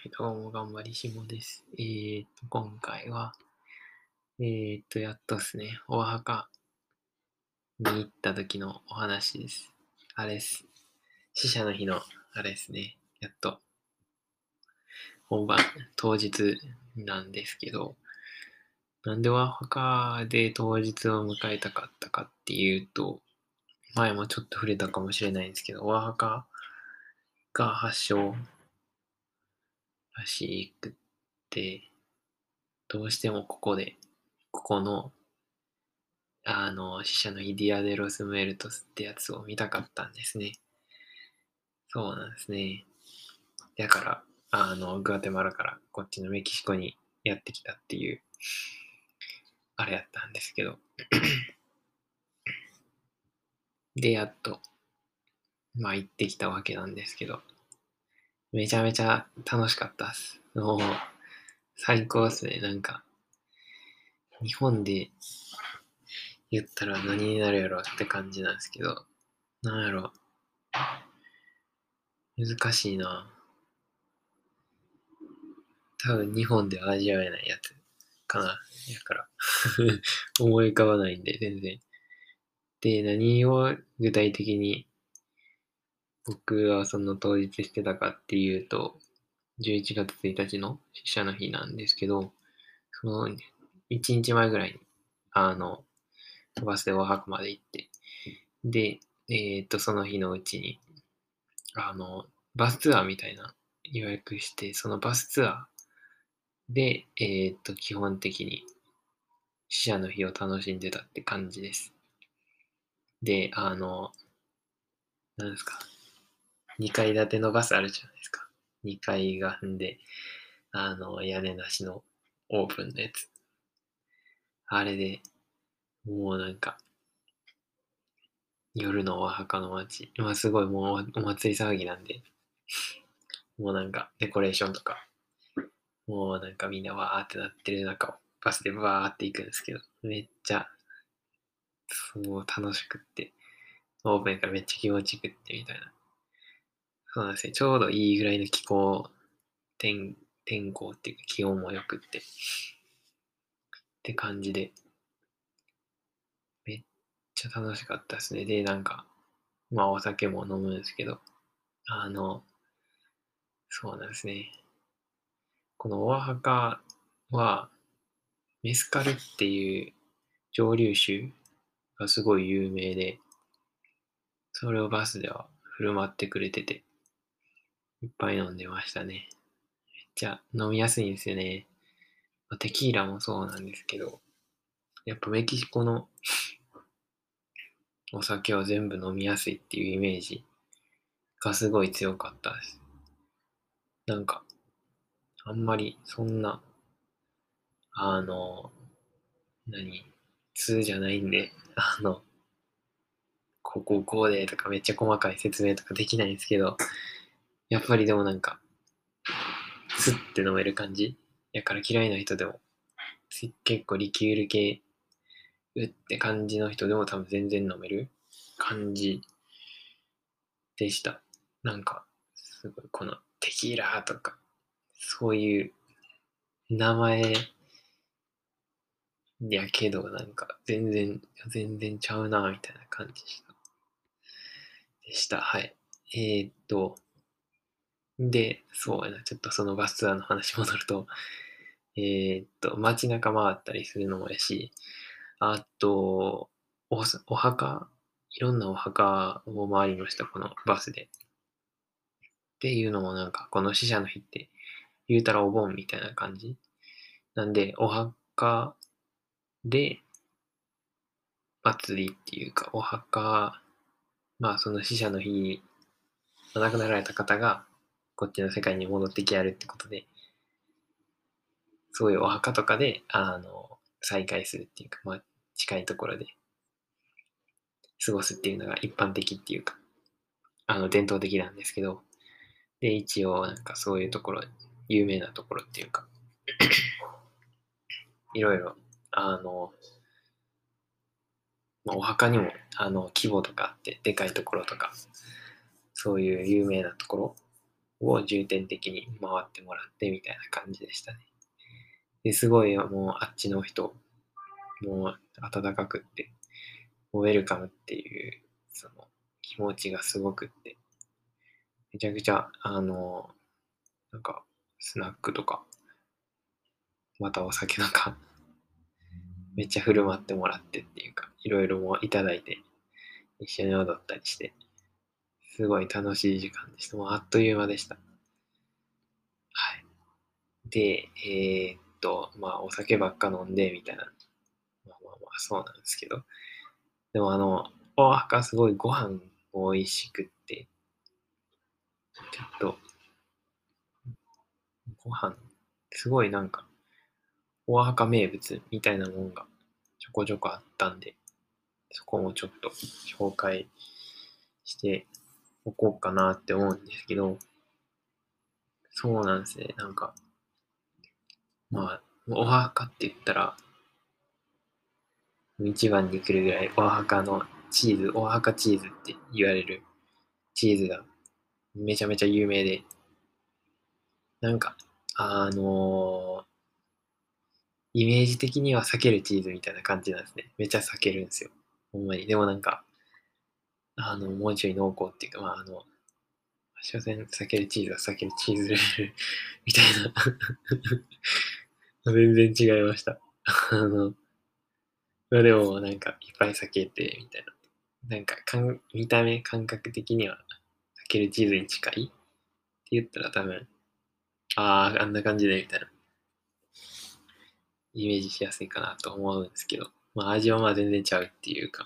どうも、頑張りしもです。今回は、やっとですね、お墓に行った時のお話です。あれです。死者の日の、あれですね、やっと、本番、当日なんですけど、なんでお墓で当日を迎えたかったかっていうと、前もちょっと触れたかもしれないんですけど、お墓が発祥らしくって、どうしてもここの死者のイディア・デ・ロス・ムエルトスってやつを見たかったんですね。そうなんですね。だから、グアテマラからこっちのメキシコにやってきたっていう、あれやったんですけど。で、やっと、まあ行ってきたわけなんですけど、めちゃめちゃ楽しかったっす。もう、最高っすね。なんか、日本で言ったら何になるやろって感じなんですけど、なんやろ、難しいな。多分日本では味わえないやつかな。やから思い浮かばないんで、全然。で、何を具体的に僕はその当日してたかっていうと、11月1日の死者の日なんですけど、その1日前ぐらいに、あの、バスでオアハカまで行って、で、その日のうちに、あの、バスツアーみたいな予約して、そのバスツアーで、基本的に死者の日を楽しんでたって感じです。で、なんですか、2階建てのバスあるじゃないですか。2階が踏んで、屋根なしのオープンのやつ。あれで、もうなんか、夜のお墓の街。今すごいもうお祭り騒ぎなんで、もうなんかデコレーションとか、もうなんかみんなわーってなってる中をバスでわーって行くんですけど、めっちゃ、もう楽しくって、オープンからめっちゃ気持ちよくってみたいな。そうなんですね。ちょうどいいぐらいの天、天候っていうか気温も良くって感じで、めっちゃ楽しかったですね。で、なんか、まあお酒も飲むんですけど、あの、そうなんですね。このオアハカは、メスカルっていう蒸留酒がすごい有名で、それをバスでは振る舞ってくれてて、いっぱい飲んでましたね。めっちゃ飲みやすいんですよね。テキーラもそうなんですけど、やっぱメキシコのお酒は全部飲みやすいっていうイメージがすごい強かったです。なんか、あんまりそんな、あの、通じゃないんで、こうでとかめっちゃ細かい説明とかできないんですけど、やっぱりでもなんか、スッて飲める感じやから嫌いな人でも、結構リキュール系、うって感じの人でも多分全然飲める感じでした。なんか、すごいこのテキーラーとか、そういう名前やけど、なんか全然ちゃうな、みたいな感じでした。はい。で、そうやな、ちょっとそのバスツアーの話戻ると、街中回ったりするのもやし、あと、お墓、いろんなお墓を回りました、このバスで。っていうのもなんか、この死者の日って、言うたらお盆みたいな感じ。なんで、お墓で祭りっていうか、お墓、まあその死者の日、亡くなられた方が、こっちの世界に戻ってきやるってことで、そういうお墓とかで、再会するっていうか、まあ近いところで過ごすっていうのが一般的っていうか、伝統的なんですけど、で、一応なんかそういうところ、有名なところっていうか、いろいろ、あの、まあ、お墓にも、規模とかあって、でかいところとか、そういう有名なところを重点的に回ってもらってみたいな感じでしたね。ですごいもうあっちの人、もう温かくって、ウェルカムっていうその気持ちがすごくって、めちゃくちゃ、なんかスナックとか、またお酒なんか、めっちゃ振る舞ってもらってっていうか、いろいろもいただいて、一緒に踊ったりして、すごい楽しい時間でした。もうあっという間でした。はい。で、まあ、お酒ばっか飲んで、みたいな。まあまあまあ、そうなんですけど。でもお墓すごいご飯美味しくって、ちょっと、ご飯、すごいなんか、お墓名物みたいなもんがちょこちょこあったんで、そこもちょっと紹介しておこうかなって思うんですけど、そうなんですね。なんか、まあ、お墓って言ったら、一番に来るぐらい、お墓のチーズ、お墓チーズって言われるチーズがめちゃめちゃ有名で、なんか、あのイメージ的には避けるチーズみたいな感じなんですね。めっちゃ避けるんですよ。ほんまに。でもなんか、もうちょい濃厚っていうか、まあ、所詮避けるチーズは避けるチーズレベルみたいな。全然違いました。でもなんか、いっぱい避けて、みたいな。なんか見た目感覚的には避けるチーズに近いって言ったら多分、ああ、あんな感じで、みたいな。イメージしやすいかなと思うんですけど、まあ味はまあ全然ちゃうっていうか、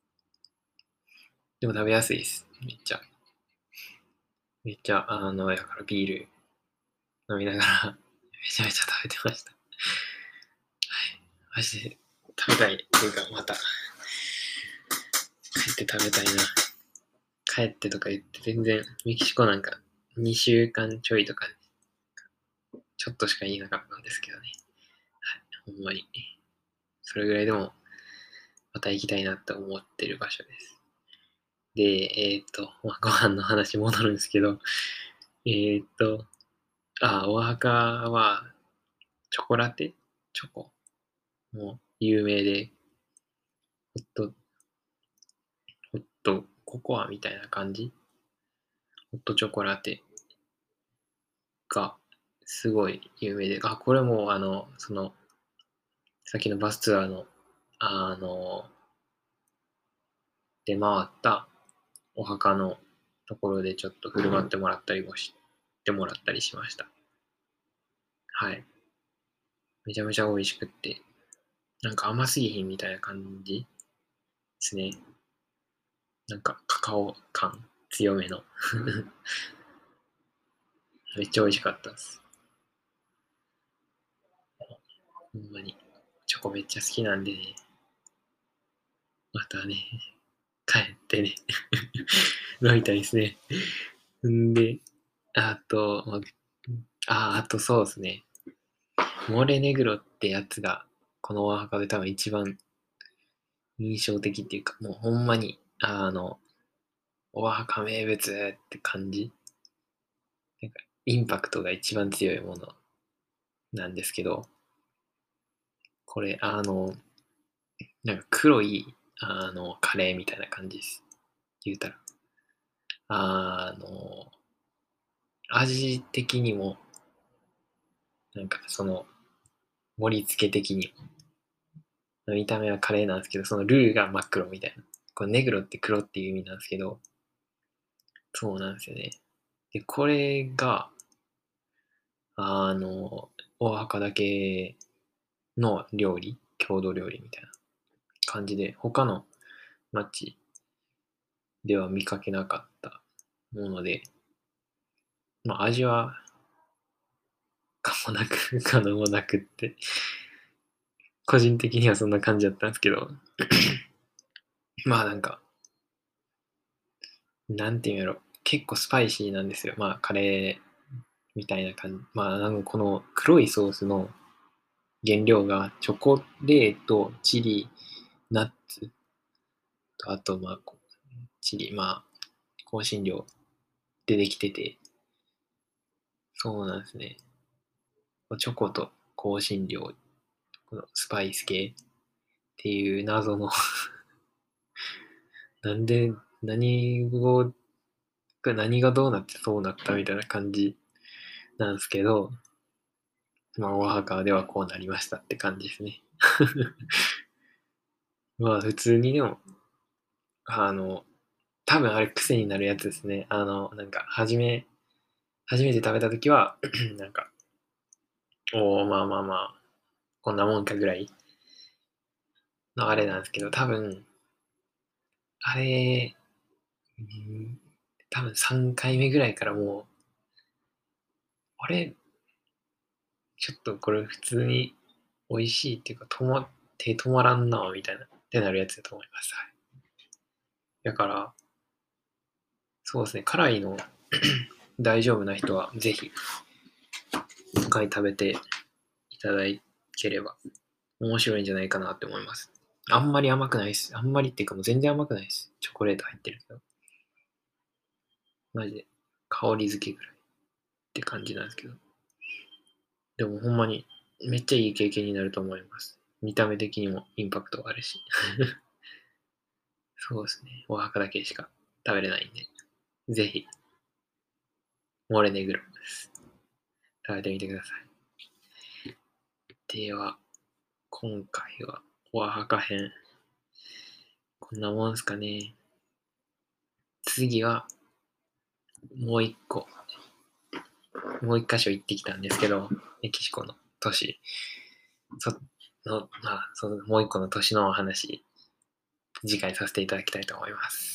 でも食べやすいです。めっちゃ。めっちゃ、やからビール飲みながらめちゃめちゃ食べてました。はい。マジで食べたいっていうか、また帰って食べたいな。帰ってとか言って全然、メキシコなんか2週間ちょいとか、ちょっとしかいなかったんですけどね。はい。ほんまに。それぐらいでも、また行きたいなって思ってる場所です。で、まあ、ご飯の話戻るんですけど、えーっと、お墓は、チョコラテチョコも有名で、ホット、ホットココアみたいな感じホットチョコラテがすごい有名で、これもさっきのバスツアーの、あの、出回ったお墓のところでちょっと振る舞ってもらったりもしてもらったりしました。はい。めちゃめちゃ美味しくって、なんか甘すぎひんみたいな感じですね。なんかカカオ感強めのめっちゃ美味しかったです。ほんまに。チョコめっちゃ好きなんでね。またね、帰ってね飲みたいですね。んで、あと、あとそうですね。モレネグロってやつが、このお墓で多分一番印象的っていうか、もうほんまに、お墓名物って感じ。なんか、インパクトが一番強いものなんですけど、これ、なんか黒い、カレーみたいな感じです。言うたら。あの、味的にも、なんかその、盛り付け的にも、見た目はカレーなんですけど、そのルーが真っ黒みたいな。これネグロって黒っていう意味なんですけど、そうなんですよね。で、これが、あの、大墓だけの料理、郷土料理みたいな感じで、他の町では見かけなかったもので、まあ味はかもなく、可能もなくって、個人的にはそんな感じだったんですけど、まあなんか、なんていうんやろ、結構スパイシーなんですよ。まあカレーみたいな感じ。まあなんかこの黒いソースの原料がチョコレート、チリ、ナッツと、あとまあチリ、まあ香辛料でできてて、 そうなんですね。チョコと香辛料、このスパイス系っていう謎のなんで、何がどうなってそうなったみたいな感じなんですけど、まあ、オアハカではこうなりましたって感じですね。まあ、普通にでも、あの、多分あれ癖になるやつですね。なんか、初めて食べたときはなんか、まあまあまあ、こんなもんかぐらいのあれなんですけど、多分、あれ、多分3回目ぐらいからもう、あれ、ちょっとこれ普通に美味しいっていうか、手止まらんな、みたいな、ってなるやつだと思います。はい。だから、そうですね、辛いの大丈夫な人は、ぜひ、一回食べていただければ、面白いんじゃないかなって思います。あんまり甘くないです。あんまりっていうかもう全然甘くないです。チョコレート入ってるけど。マジで香り付けぐらいって感じなんですけど。でもほんまにめっちゃいい経験になると思います。見た目的にもインパクトがあるし。そうですね。お墓だけしか食べれないんで。ぜひ、モレネグロです。食べてみてください。では、今回はお墓編。こんなもんすかね。次はもう一個、もう一箇所行ってきたんですけど、メキシコの都市、まあ、そのもう一個の都市のお話、次回させていただきたいと思います。